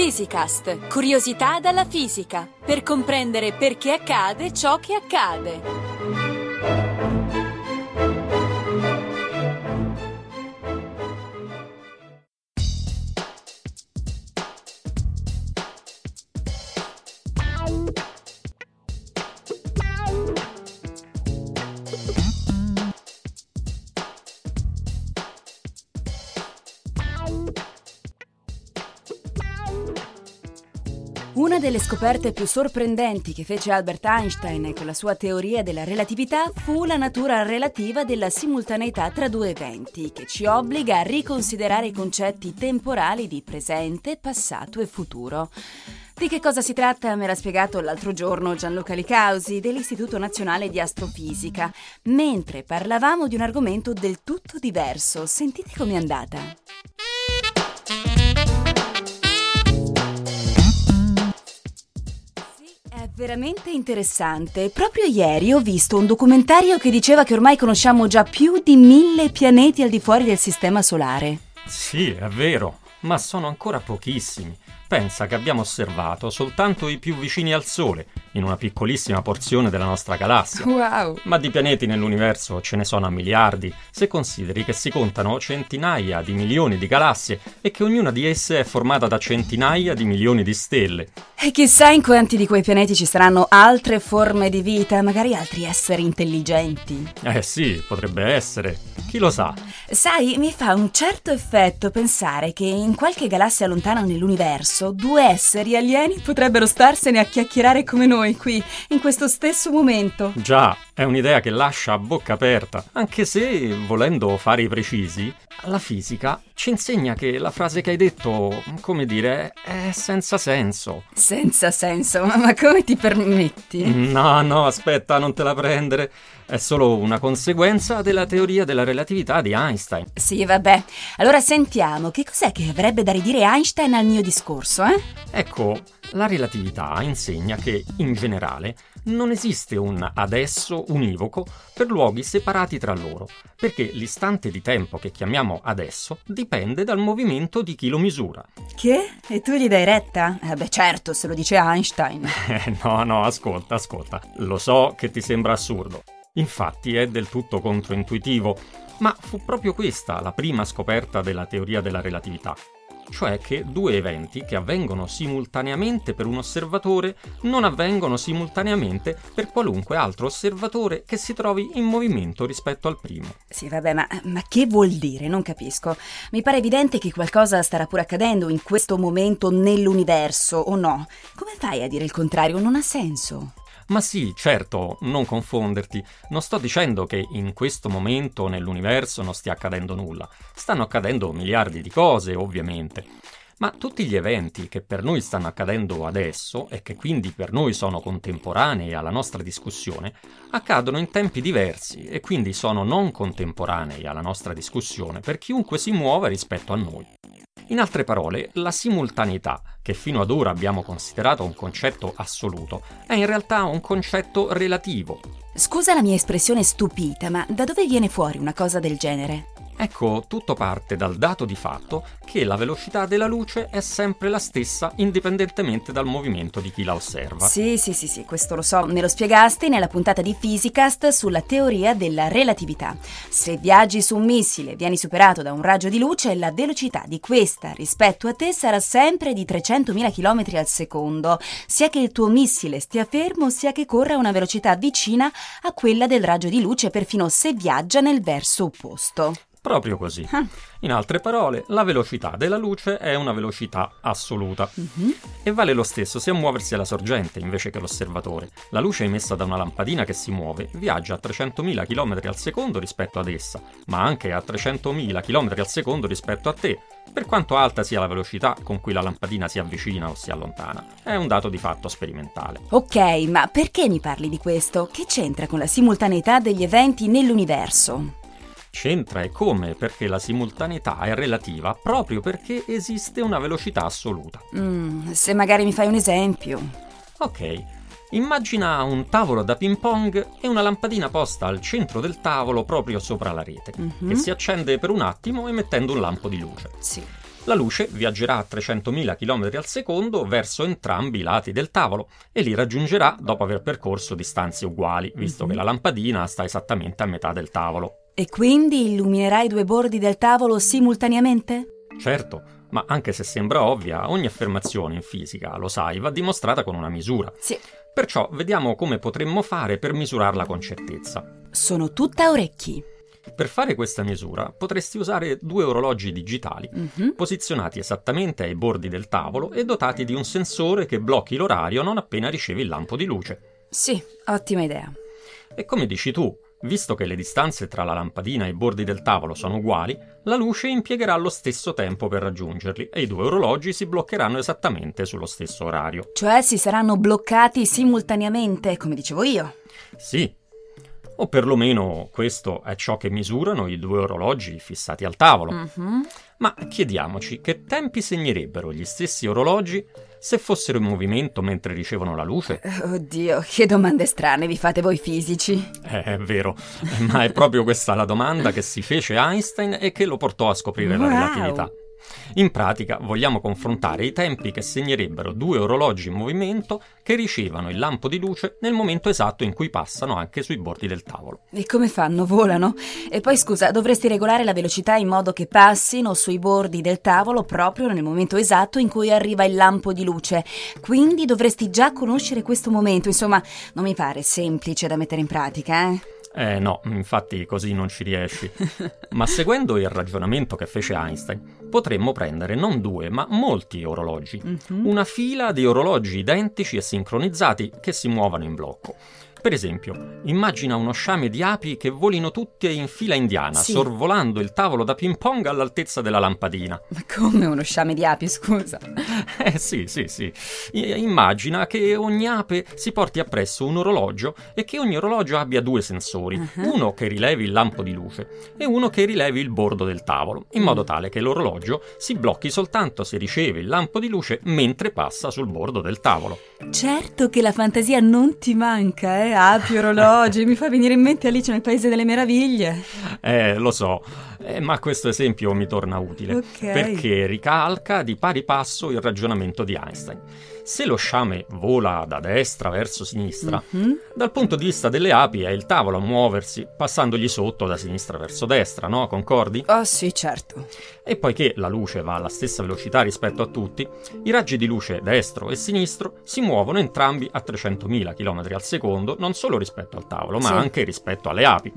Physicast, curiosità dalla fisica, per comprendere perché accade ciò che accade. Una delle scoperte più sorprendenti che fece Albert Einstein con la sua teoria della relatività fu la natura relativa della simultaneità tra due eventi, che ci obbliga a riconsiderare i concetti temporali di presente, passato e futuro. Di che cosa si tratta me l'ha spiegato l'altro giorno Gianluca Licausi dell'Istituto Nazionale di Astrofisica, mentre parlavamo di un argomento del tutto diverso. Sentite com'è andata. È veramente interessante. Proprio ieri ho visto un documentario che diceva che ormai conosciamo già più di 1000 pianeti al di fuori del Sistema Solare. Sì, è vero, ma sono ancora pochissimi. Pensa che abbiamo osservato soltanto i più vicini al Sole, in una piccolissima porzione della nostra galassia. Wow! Ma di pianeti nell'universo ce ne sono a miliardi, se consideri che si contano centinaia di milioni di galassie e che ognuna di esse è formata da centinaia di milioni di stelle. E chissà in quanti di quei pianeti ci saranno altre forme di vita, magari altri esseri intelligenti. Sì, potrebbe essere. Chi lo sa? Sai, mi fa un certo effetto pensare che in qualche galassia lontana nell'universo due esseri alieni potrebbero starsene a chiacchierare come noi qui, in questo stesso momento. Già, è un'idea che lascia a bocca aperta, anche se, volendo fare i precisi, la fisica ci insegna che la frase che hai detto, come dire, è senza senso. Senza senso? Ma come ti permetti? No, aspetta, non te la prendere. È solo una conseguenza della teoria della relatività di Einstein. Sì, vabbè. Allora sentiamo, che cos'è che avrebbe da ridire Einstein al mio discorso, Ecco, la relatività insegna che, in generale, non esiste un adesso univoco per luoghi separati tra loro, perché l'istante di tempo che chiamiamo adesso dipende dal movimento di chi lo misura. Che? E tu gli dai retta? Beh, certo, se lo dice Einstein. No, ascolta. Lo so che ti sembra assurdo. Infatti è del tutto controintuitivo, ma fu proprio questa la prima scoperta della teoria della relatività. Cioè che due eventi che avvengono simultaneamente per un osservatore non avvengono simultaneamente per qualunque altro osservatore che si trovi in movimento rispetto al primo. Sì, vabbè, ma che vuol dire? Non capisco. Mi pare evidente che qualcosa starà pure accadendo in questo momento nell'universo, o no? Come fai a dire il contrario? Non ha senso. Ma sì, certo, non confonderti. Non sto dicendo che in questo momento nell'universo non stia accadendo nulla. Stanno accadendo miliardi di cose, ovviamente. Ma tutti gli eventi che per noi stanno accadendo adesso e che quindi per noi sono contemporanei alla nostra discussione, accadono in tempi diversi e quindi sono non contemporanei alla nostra discussione per chiunque si muova rispetto a noi. In altre parole, la simultaneità, che fino ad ora abbiamo considerato un concetto assoluto, è in realtà un concetto relativo. Scusa la mia espressione stupita, ma da dove viene fuori una cosa del genere? Ecco, tutto parte dal dato di fatto che la velocità della luce è sempre la stessa indipendentemente dal movimento di chi la osserva. Sì, questo lo so, me lo spiegaste nella puntata di Physicast sulla teoria della relatività. Se viaggi su un missile e vieni superato da un raggio di luce, la velocità di questa rispetto a te sarà sempre di 300.000 km al secondo, sia che il tuo missile stia fermo, sia che corra a una velocità vicina a quella del raggio di luce, perfino se viaggia nel verso opposto. Proprio così. In altre parole, la velocità della luce è una velocità assoluta. E vale lo stesso sia muoversi alla sorgente invece che l'osservatore. La luce emessa da una lampadina che si muove viaggia a 300.000 km al secondo rispetto ad essa, ma anche a 300.000 km al secondo rispetto a te, per quanto alta sia la velocità con cui la lampadina si avvicina o si allontana. È un dato di fatto sperimentale. Ok, ma perché mi parli di questo? Che c'entra con la simultaneità degli eventi nell'universo? C'entra e come? Perché la simultaneità è relativa proprio perché esiste una velocità assoluta. Se magari mi fai un esempio. Ok, immagina un tavolo da ping pong e una lampadina posta al centro del tavolo proprio sopra la rete, che si accende per un attimo emettendo un lampo di luce. Sì. La luce viaggerà a 300.000 km al secondo verso entrambi i lati del tavolo e li raggiungerà dopo aver percorso distanze uguali, visto che la lampadina sta esattamente a metà del tavolo. E quindi illuminerà i due bordi del tavolo simultaneamente? Certo, ma anche se sembra ovvia, ogni affermazione in fisica, lo sai, va dimostrata con una misura. Sì. Perciò vediamo come potremmo fare per misurarla con certezza. Sono tutta orecchi. Per fare questa misura potresti usare 2 orologi digitali, posizionati esattamente ai bordi del tavolo e dotati di un sensore che blocchi l'orario non appena ricevi il lampo di luce. Sì, ottima idea. E come dici tu, visto che le distanze tra la lampadina e i bordi del tavolo sono uguali, la luce impiegherà lo stesso tempo per raggiungerli e i 2 orologi si bloccheranno esattamente sullo stesso orario. Cioè si saranno bloccati simultaneamente, come dicevo io. Sì. O perlomeno questo è ciò che misurano i 2 orologi fissati al tavolo. Ma chiediamoci che tempi segnerebbero gli stessi orologi se fossero in movimento mentre ricevono la luce? Oddio, che domande strane vi fate voi fisici. È vero, ma è proprio questa la domanda che si fece Einstein e che lo portò a scoprire la relatività. In pratica vogliamo confrontare i tempi che segnerebbero 2 orologi in movimento che ricevono il lampo di luce nel momento esatto in cui passano anche sui bordi del tavolo. E come fanno? Volano? E poi scusa, dovresti regolare la velocità in modo che passino sui bordi del tavolo proprio nel momento esatto in cui arriva il lampo di luce. Quindi dovresti già conoscere questo momento. Insomma, non mi pare semplice da mettere in pratica, No, infatti così non ci riesci. Ma seguendo il ragionamento che fece Einstein, potremmo prendere non 2, ma molti orologi. Una fila di orologi identici e sincronizzati che si muovono in blocco. Per esempio, immagina uno sciame di api che volino tutte in fila indiana, Sì. sorvolando il tavolo da ping pong all'altezza della lampadina. Ma come uno sciame di api, scusa? Sì. Immagina che ogni ape si porti appresso un orologio e che ogni orologio abbia 2 sensori, uno che rilevi il lampo di luce e uno che rilevi il bordo del tavolo, in modo tale che l'orologio si blocchi soltanto se riceve il lampo di luce mentre passa sul bordo del tavolo. Certo che la fantasia non ti manca, api, orologi, mi fa venire in mente Alice nel Paese delle Meraviglie. Lo so, ma questo esempio mi torna utile, Ok. perché ricalca di pari passo il ragionamento di Einstein. Se lo sciame vola da destra verso sinistra, dal punto di vista delle api è il tavolo a muoversi, passandogli sotto da sinistra verso destra, no? Concordi? Oh sì, certo. E poiché la luce va alla stessa velocità rispetto a tutti, i raggi di luce destro e sinistro si muovono entrambi a 300.000 km al secondo, non solo rispetto al tavolo, ma Sì. anche rispetto alle api.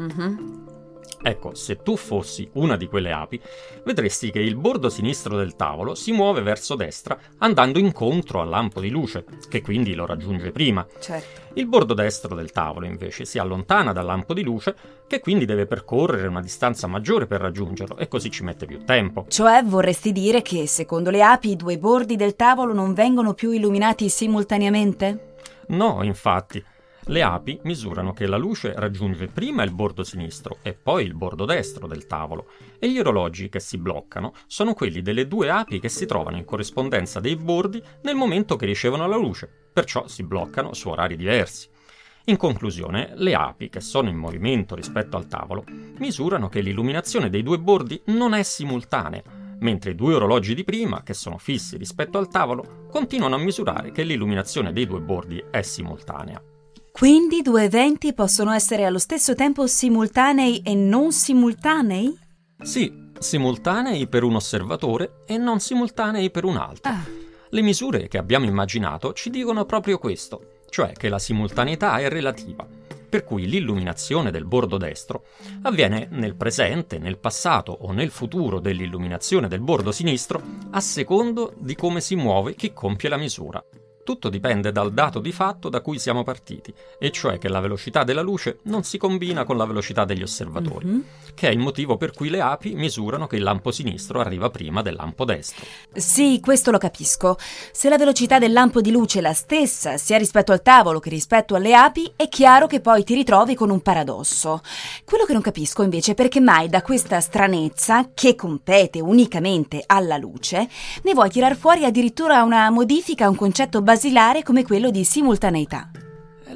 Ecco, se tu fossi una di quelle api, vedresti che il bordo sinistro del tavolo si muove verso destra, andando incontro al lampo di luce, che quindi lo raggiunge prima. Certo. Il bordo destro del tavolo, invece, si allontana dal lampo di luce, che quindi deve percorrere una distanza maggiore per raggiungerlo, e così ci mette più tempo. Cioè vorresti dire che secondo le api i 2 bordi del tavolo non vengono più illuminati simultaneamente? No, infatti. Le api misurano che la luce raggiunge prima il bordo sinistro e poi il bordo destro del tavolo, e gli orologi che si bloccano sono quelli delle 2 api che si trovano in corrispondenza dei bordi nel momento che ricevono la luce, perciò si bloccano su orari diversi. In conclusione, le api, che sono in movimento rispetto al tavolo, misurano che l'illuminazione dei 2 bordi non è simultanea, mentre i 2 orologi di prima, che sono fissi rispetto al tavolo, continuano a misurare che l'illuminazione dei 2 bordi è simultanea. Quindi 2 eventi possono essere allo stesso tempo simultanei e non simultanei? Sì, simultanei per un osservatore e non simultanei per un altro. Le misure che abbiamo immaginato ci dicono proprio questo, cioè che la simultaneità è relativa, per cui l'illuminazione del bordo destro avviene nel presente, nel passato o nel futuro dell'illuminazione del bordo sinistro a secondo di come si muove chi compie la misura. Tutto dipende dal dato di fatto da cui siamo partiti, e cioè che la velocità della luce non si combina con la velocità degli osservatori, che è il motivo per cui le api misurano che il lampo sinistro arriva prima del lampo destro. Sì, questo lo capisco. Se la velocità del lampo di luce è la stessa, sia rispetto al tavolo che rispetto alle api, è chiaro che poi ti ritrovi con un paradosso. Quello che non capisco invece è perché mai da questa stranezza, che compete unicamente alla luce, ne vuoi tirar fuori addirittura una modifica a un concetto basilare come quello di simultaneità.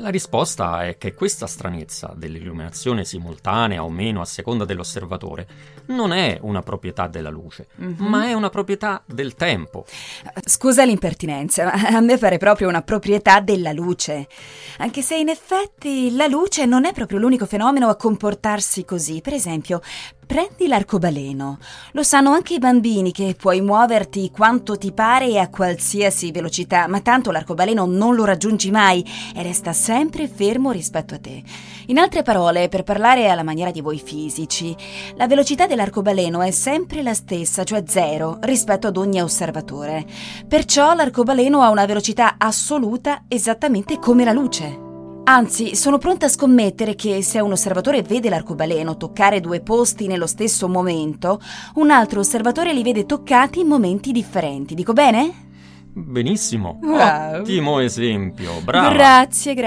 La risposta è che questa stranezza dell'illuminazione simultanea o meno a seconda dell'osservatore non è una proprietà della luce, ma è una proprietà del tempo. Scusa l'impertinenza, ma a me pare proprio una proprietà della luce. Anche se in effetti la luce non è proprio l'unico fenomeno a comportarsi così. Per esempio, prendi l'arcobaleno. Lo sanno anche i bambini che puoi muoverti quanto ti pare e a qualsiasi velocità, ma tanto l'arcobaleno non lo raggiungi mai e resta sempre fermo rispetto a te. In altre parole, per parlare alla maniera di voi fisici, la velocità dell'arcobaleno è sempre la stessa, cioè 0, rispetto ad ogni osservatore. Perciò l'arcobaleno ha una velocità assoluta esattamente come la luce. Anzi, sono pronta a scommettere che se un osservatore vede l'arcobaleno toccare 2 posti nello stesso momento, un altro osservatore li vede toccati in momenti differenti. Dico bene? Benissimo, Wow. Ottimo esempio, brava. Grazie.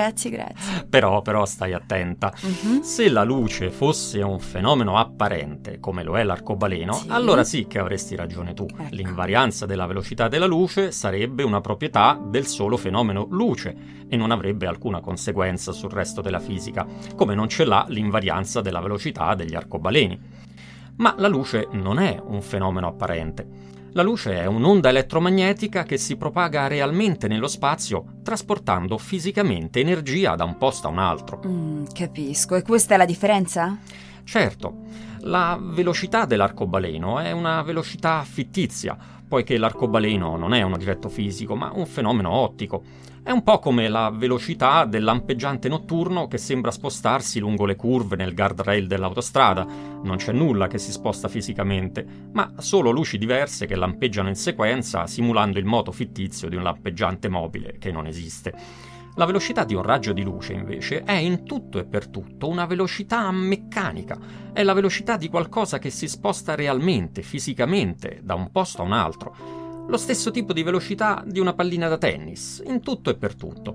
Però stai attenta. Se la luce fosse un fenomeno apparente, come lo è l'arcobaleno, Sì. allora sì che avresti ragione tu. Ecco. L'invarianza della velocità della luce sarebbe una proprietà del solo fenomeno luce e non avrebbe alcuna conseguenza sul resto della fisica, come non ce l'ha l'invarianza della velocità degli arcobaleni. Ma la luce non è un fenomeno apparente. La luce è un'onda elettromagnetica che si propaga realmente nello spazio, trasportando fisicamente energia da un posto a un altro. Capisco. E questa è la differenza? Certo, la velocità dell'arcobaleno è una velocità fittizia, poiché l'arcobaleno non è un oggetto fisico, ma un fenomeno ottico. È un po' come la velocità del lampeggiante notturno che sembra spostarsi lungo le curve nel guardrail dell'autostrada. Non c'è nulla che si sposta fisicamente, ma solo luci diverse che lampeggiano in sequenza, simulando il moto fittizio di un lampeggiante mobile che non esiste. La velocità di un raggio di luce, invece, è in tutto e per tutto una velocità meccanica. È la velocità di qualcosa che si sposta realmente, fisicamente, da un posto a un altro. Lo stesso tipo di velocità di una pallina da tennis, in tutto e per tutto.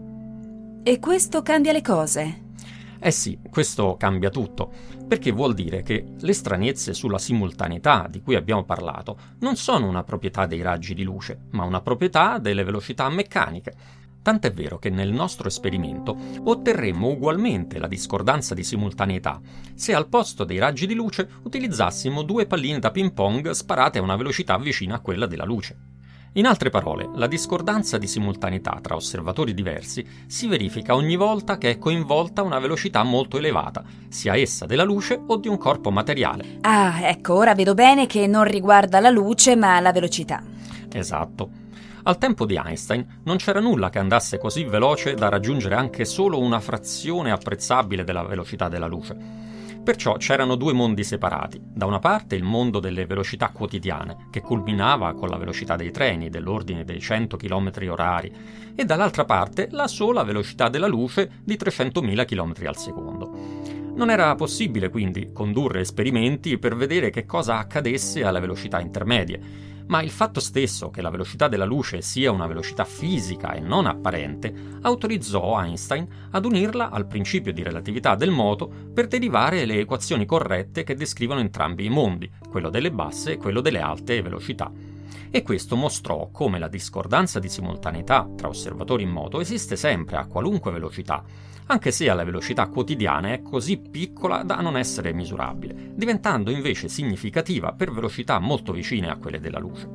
E questo cambia le cose? Eh sì, questo cambia tutto, perché vuol dire che le stranezze sulla simultaneità di cui abbiamo parlato non sono una proprietà dei raggi di luce, ma una proprietà delle velocità meccaniche. Tant'è vero che nel nostro esperimento otterremmo ugualmente la discordanza di simultaneità se al posto dei raggi di luce utilizzassimo 2 palline da ping pong sparate a una velocità vicina a quella della luce. In altre parole, la discordanza di simultaneità tra osservatori diversi si verifica ogni volta che è coinvolta una velocità molto elevata, sia essa della luce o di un corpo materiale. Ah, ecco, ora vedo bene che non riguarda la luce ma la velocità. Esatto. Al tempo di Einstein non c'era nulla che andasse così veloce da raggiungere anche solo una frazione apprezzabile della velocità della luce. Perciò c'erano 2 mondi separati. Da una parte il mondo delle velocità quotidiane, che culminava con la velocità dei treni, dell'ordine dei 100 km/h, e dall'altra parte la sola velocità della luce di 300.000 km al secondo. Non era possibile quindi condurre esperimenti per vedere che cosa accadesse alle velocità intermedie, ma il fatto stesso che la velocità della luce sia una velocità fisica e non apparente autorizzò Einstein ad unirla al principio di relatività del moto per derivare le equazioni corrette che descrivono entrambi i mondi, quello delle basse e quello delle alte velocità. E questo mostrò come la discordanza di simultaneità tra osservatori in moto esiste sempre a qualunque velocità, anche se alla velocità quotidiana è così piccola da non essere misurabile, diventando invece significativa per velocità molto vicine a quelle della luce.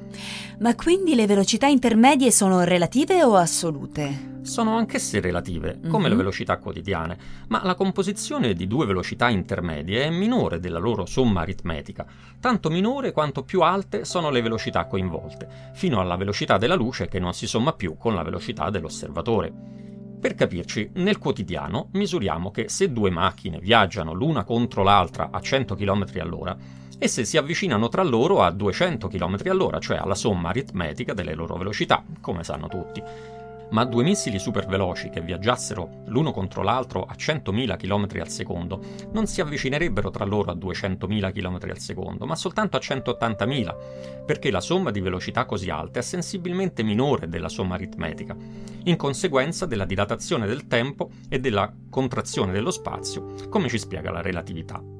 Ma quindi le velocità intermedie sono relative o assolute? Sono anch'esse relative, come le velocità quotidiane, ma la composizione di 2 velocità intermedie è minore della loro somma aritmetica, tanto minore quanto più alte sono le velocità coinvolte, fino alla velocità della luce che non si somma più con la velocità dell'osservatore. Per capirci, nel quotidiano misuriamo che se 2 macchine viaggiano l'una contro l'altra a 100 km all'ora, esse si avvicinano tra loro a 200 km all'ora, cioè alla somma aritmetica delle loro velocità, come sanno tutti. Ma 2 missili superveloci che viaggiassero l'uno contro l'altro a 100.000 km al secondo non si avvicinerebbero tra loro a 200.000 km al secondo, ma soltanto a 180.000, perché la somma di velocità così alte è sensibilmente minore della somma aritmetica, in conseguenza della dilatazione del tempo e della contrazione dello spazio, come ci spiega la relatività.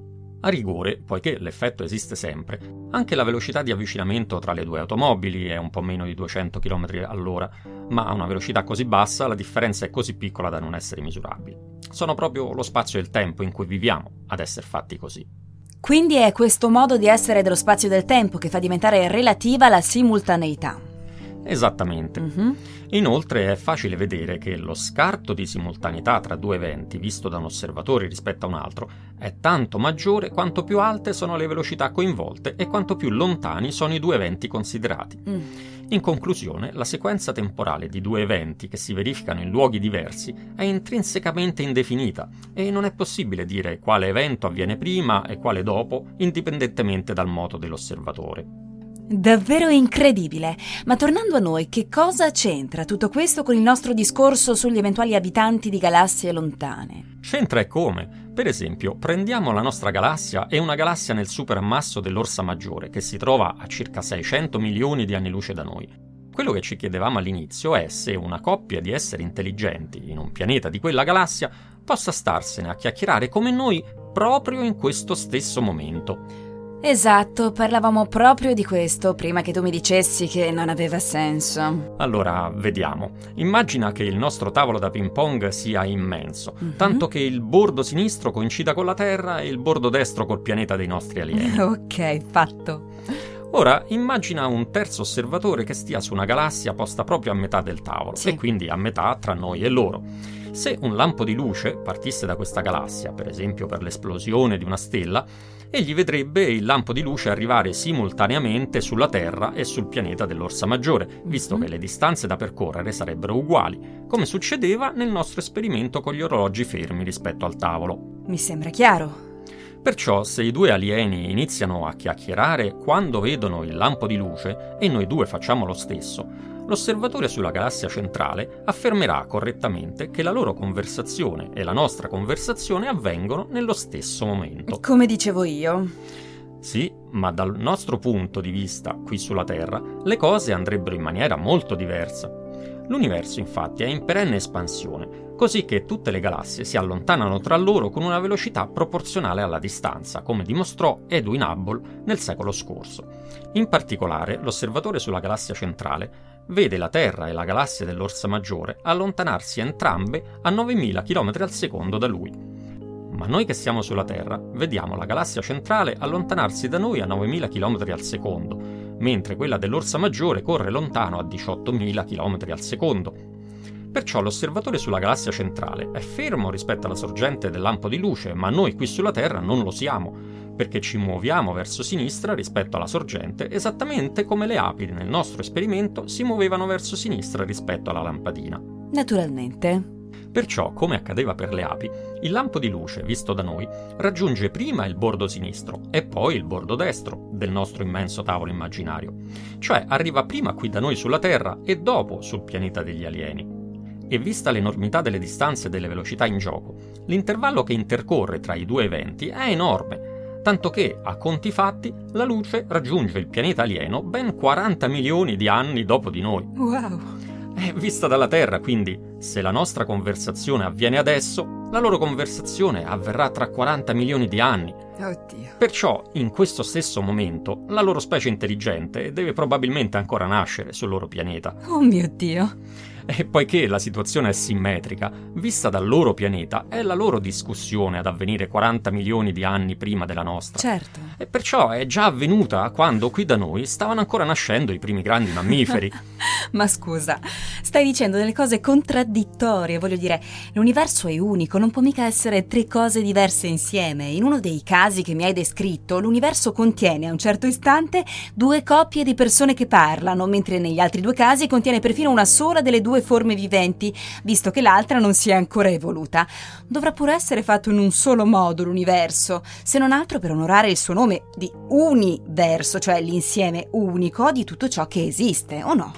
A rigore, poiché l'effetto esiste sempre, anche la velocità di avvicinamento tra le due automobili è un po' meno di 200 km all'ora, ma a una velocità così bassa la differenza è così piccola da non essere misurabile. Sono proprio lo spazio e il tempo in cui viviamo ad essere fatti così. Quindi è questo modo di essere dello spazio e del tempo che fa diventare relativa la simultaneità. Esattamente. Inoltre è facile vedere che lo scarto di simultaneità tra due eventi visto da un osservatore rispetto a un altro è tanto maggiore quanto più alte sono le velocità coinvolte e quanto più lontani sono i due eventi considerati. In conclusione, la sequenza temporale di due eventi che si verificano in luoghi diversi è intrinsecamente indefinita e non è possibile dire quale evento avviene prima e quale dopo, indipendentemente dal moto dell'osservatore. Davvero incredibile! Ma tornando a noi, che cosa c'entra tutto questo con il nostro discorso sugli eventuali abitanti di galassie lontane? C'entra e come? Per esempio, prendiamo la nostra galassia e una galassia nel superammasso dell'Orsa Maggiore, che si trova a circa 600 milioni di anni luce da noi. Quello che ci chiedevamo all'inizio è se una coppia di esseri intelligenti in un pianeta di quella galassia possa starsene a chiacchierare come noi proprio in questo stesso momento. Esatto, parlavamo proprio di questo prima che tu mi dicessi che non aveva senso. Allora, vediamo. Immagina che il nostro tavolo da ping pong sia immenso, tanto che il bordo sinistro coincida con la Terra e il bordo destro col pianeta dei nostri alieni. Ok, fatto. Ora, immagina un terzo osservatore che stia su una galassia posta proprio a metà del tavolo, Sì. e quindi a metà tra noi e loro. Se un lampo di luce partisse da questa galassia, per esempio per l'esplosione di una stella, egli vedrebbe il lampo di luce arrivare simultaneamente sulla Terra e sul pianeta dell'Orsa Maggiore, visto che le distanze da percorrere sarebbero uguali, come succedeva nel nostro esperimento con gli orologi fermi rispetto al tavolo. Mi sembra chiaro. Perciò, se i due alieni iniziano a chiacchierare quando vedono il lampo di luce e noi due facciamo lo stesso, l'osservatore sulla galassia centrale affermerà correttamente che la loro conversazione e la nostra conversazione avvengono nello stesso momento. Come dicevo io. Sì, ma dal nostro punto di vista, qui sulla Terra, le cose andrebbero in maniera molto diversa. L'universo, infatti, è in perenne espansione, così che tutte le galassie si allontanano tra loro con una velocità proporzionale alla distanza, come dimostrò Edwin Hubble nel secolo scorso. In particolare, l'osservatore sulla galassia centrale vede la Terra e la galassia dell'Orsa Maggiore allontanarsi entrambe a 9.000 km al secondo da lui. Ma noi che siamo sulla Terra vediamo la galassia centrale allontanarsi da noi a 9.000 km al secondo, mentre quella dell'Orsa Maggiore corre lontano a 18.000 km al secondo. Perciò l'osservatore sulla galassia centrale è fermo rispetto alla sorgente del lampo di luce, ma noi qui sulla Terra non lo siamo, perché ci muoviamo verso sinistra rispetto alla sorgente, esattamente come le api nel nostro esperimento si muovevano verso sinistra rispetto alla lampadina. Naturalmente. Perciò, come accadeva per le api, il lampo di luce, visto da noi, raggiunge prima il bordo sinistro e poi il bordo destro del nostro immenso tavolo immaginario. Cioè arriva prima qui da noi sulla Terra e dopo sul pianeta degli alieni. E vista l'enormità delle distanze e delle velocità in gioco, l'intervallo che intercorre tra i due eventi è enorme, tanto che, a conti fatti, la luce raggiunge il pianeta alieno ben 40 milioni di anni dopo di noi. Wow! È vista dalla Terra, quindi, se la nostra conversazione avviene adesso, la loro conversazione avverrà tra 40 milioni di anni. Oddio. Perciò, in questo stesso momento, la loro specie intelligente deve probabilmente ancora nascere sul loro pianeta. Oh mio Dio! E poiché la situazione è simmetrica, vista dal loro pianeta, è la loro discussione ad avvenire 40 milioni di anni prima della nostra. Certo. E perciò è già avvenuta quando qui da noi stavano ancora nascendo i primi grandi mammiferi. Ma scusa, stai dicendo delle cose contraddittorie, voglio dire, l'universo è unico, non può mica essere tre cose diverse insieme. In uno dei casi che mi hai descritto, l'universo contiene a un certo istante due coppie di persone che parlano, mentre negli altri due casi contiene perfino una sola delle due forme viventi, visto che l'altra non si è ancora evoluta. Dovrà pure essere fatto in un solo modo l'universo, se non altro per onorare il suo nome di universo, cioè l'insieme unico di tutto ciò che esiste, o no?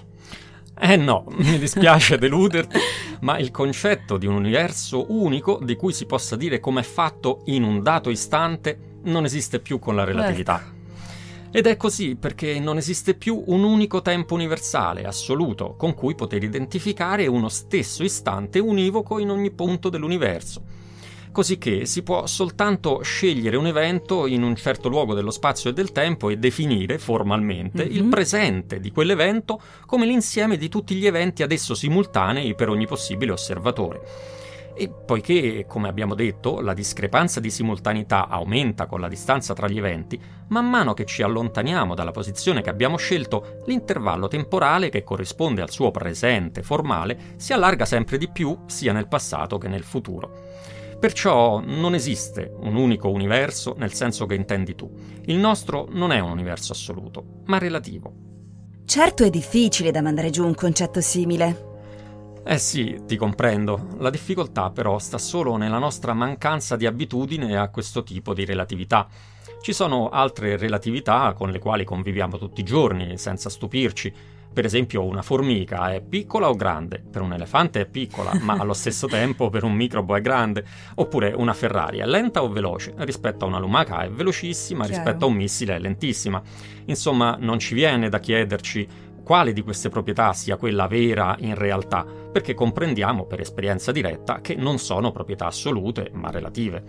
No, mi dispiace deluderti, ma il concetto di un universo unico di cui si possa dire com'è fatto in un dato istante non esiste più con la relatività. Ed è così perché non esiste più un unico tempo universale, assoluto, con cui poter identificare uno stesso istante univoco in ogni punto dell'universo. cosicché si può soltanto scegliere un evento in un certo luogo dello spazio e del tempo e definire formalmente il presente di quell'evento come l'insieme di tutti gli eventi ad esso simultanei per ogni possibile osservatore. E poiché, come abbiamo detto, la discrepanza di simultaneità aumenta con la distanza tra gli eventi, man mano che ci allontaniamo dalla posizione che abbiamo scelto, l'intervallo temporale che corrisponde al suo presente formale si allarga sempre di più sia nel passato che nel futuro. Perciò non esiste un unico universo nel senso che intendi tu. Il nostro non è un universo assoluto, ma relativo. Certo è difficile da mandare giù un concetto simile. Eh sì, ti comprendo. La difficoltà però sta solo nella nostra mancanza di abitudine a questo tipo di relatività. Ci sono altre relatività con le quali conviviamo tutti i giorni, senza stupirci. Per esempio, una formica è piccola o grande? Per un elefante è piccola, ma allo stesso tempo per un microbo è grande. Oppure una Ferrari è lenta o veloce? Rispetto a una lumaca è velocissima, rispetto a un missile è lentissima. Insomma, non ci viene da chiederci quale di queste proprietà sia quella vera in realtà, perché comprendiamo per esperienza diretta che non sono proprietà assolute, ma relative.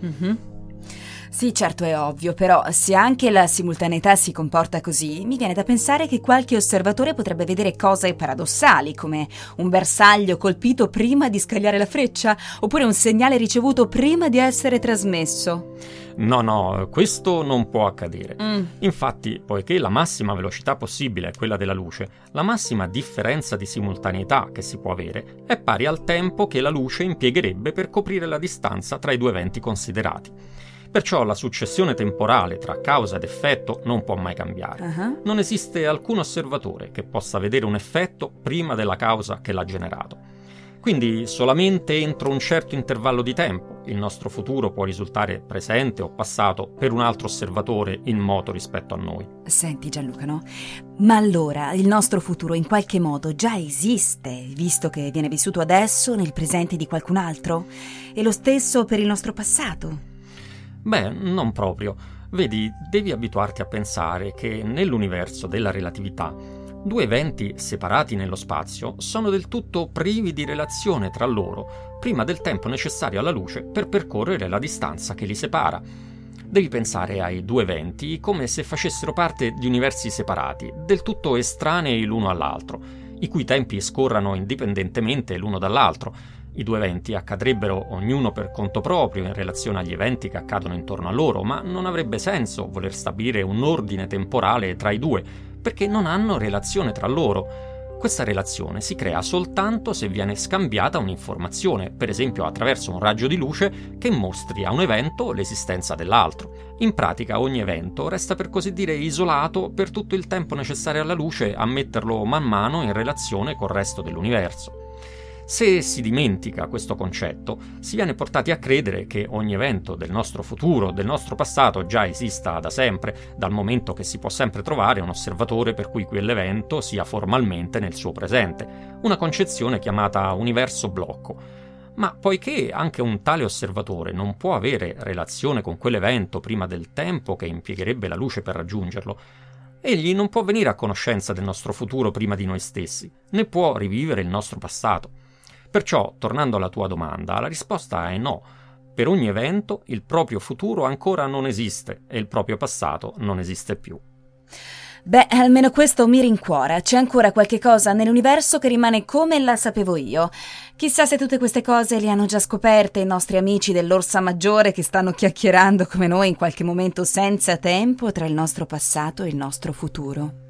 Sì, certo è ovvio, però se anche la simultaneità si comporta così, mi viene da pensare che qualche osservatore potrebbe vedere cose paradossali, come un bersaglio colpito prima di scagliare la freccia, oppure un segnale ricevuto prima di essere trasmesso. No, questo non può accadere. Infatti, poiché la massima velocità possibile è quella della luce, la massima differenza di simultaneità che si può avere è pari al tempo che la luce impiegherebbe per coprire la distanza tra i due eventi considerati. Perciò la successione temporale tra causa ed effetto non può mai cambiare. Non esiste alcun osservatore che possa vedere un effetto prima della causa che l'ha generato. Quindi solamente entro un certo intervallo di tempo il nostro futuro può risultare presente o passato per un altro osservatore in moto rispetto a noi. Senti Gianluca, no? Ma allora il nostro futuro in qualche modo già esiste, visto che viene vissuto adesso nel presente di qualcun altro? E lo stesso per il nostro passato? Beh, non proprio. Vedi, devi abituarti a pensare che nell'universo della relatività due eventi separati nello spazio sono del tutto privi di relazione tra loro prima del tempo necessario alla luce per percorrere la distanza che li separa. Devi pensare ai due eventi come se facessero parte di universi separati, del tutto estranei l'uno all'altro, i cui tempi scorrano indipendentemente l'uno dall'altro. I due eventi accadrebbero ognuno per conto proprio in relazione agli eventi che accadono intorno a loro, ma non avrebbe senso voler stabilire un ordine temporale tra i due, perché non hanno relazione tra loro. Questa relazione si crea soltanto se viene scambiata un'informazione, per esempio attraverso un raggio di luce che mostri a un evento l'esistenza dell'altro. In pratica ogni evento resta per così dire isolato per tutto il tempo necessario alla luce a metterlo man mano in relazione col resto dell'universo. Se si dimentica questo concetto, si viene portati a credere che ogni evento del nostro futuro, del nostro passato, già esista da sempre, dal momento che si può sempre trovare un osservatore per cui quell'evento sia formalmente nel suo presente, una concezione chiamata universo blocco. Ma poiché anche un tale osservatore non può avere relazione con quell'evento prima del tempo che impiegherebbe la luce per raggiungerlo, egli non può venire a conoscenza del nostro futuro prima di noi stessi, né può rivivere il nostro passato. Perciò, tornando alla tua domanda, la risposta è no. Per ogni evento il proprio futuro ancora non esiste e il proprio passato non esiste più. Beh, almeno questo mi rincuora. C'è ancora qualche cosa nell'universo che rimane come la sapevo io. Chissà se tutte queste cose le hanno già scoperte i nostri amici dell'Orsa Maggiore che stanno chiacchierando come noi in qualche momento senza tempo tra il nostro passato e il nostro futuro.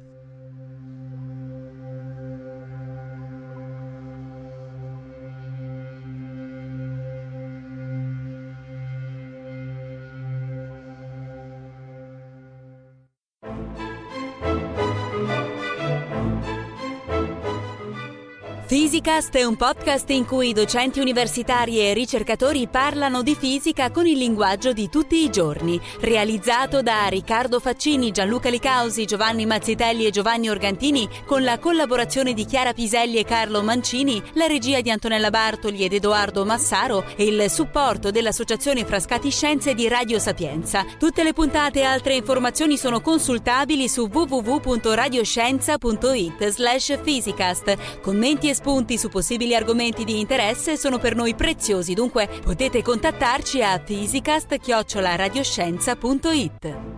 Physicast è un podcast in cui docenti universitari e ricercatori parlano di fisica con il linguaggio di tutti i giorni. Realizzato da Riccardo Faccini, Gianluca Licausi, Giovanni Mazzitelli e Giovanni Organtini, con la collaborazione di Chiara Piselli e Carlo Mancini, la regia di Antonella Bartoli ed Edoardo Massaro e il supporto dell'Associazione Frascati Scienze di Radio Sapienza. Tutte le puntate e altre informazioni sono consultabili su www.radioscienza.it/physicast. Commenti e spunti su possibili argomenti di interesse sono per noi preziosi, dunque potete contattarci a physicast@radioscienza.it.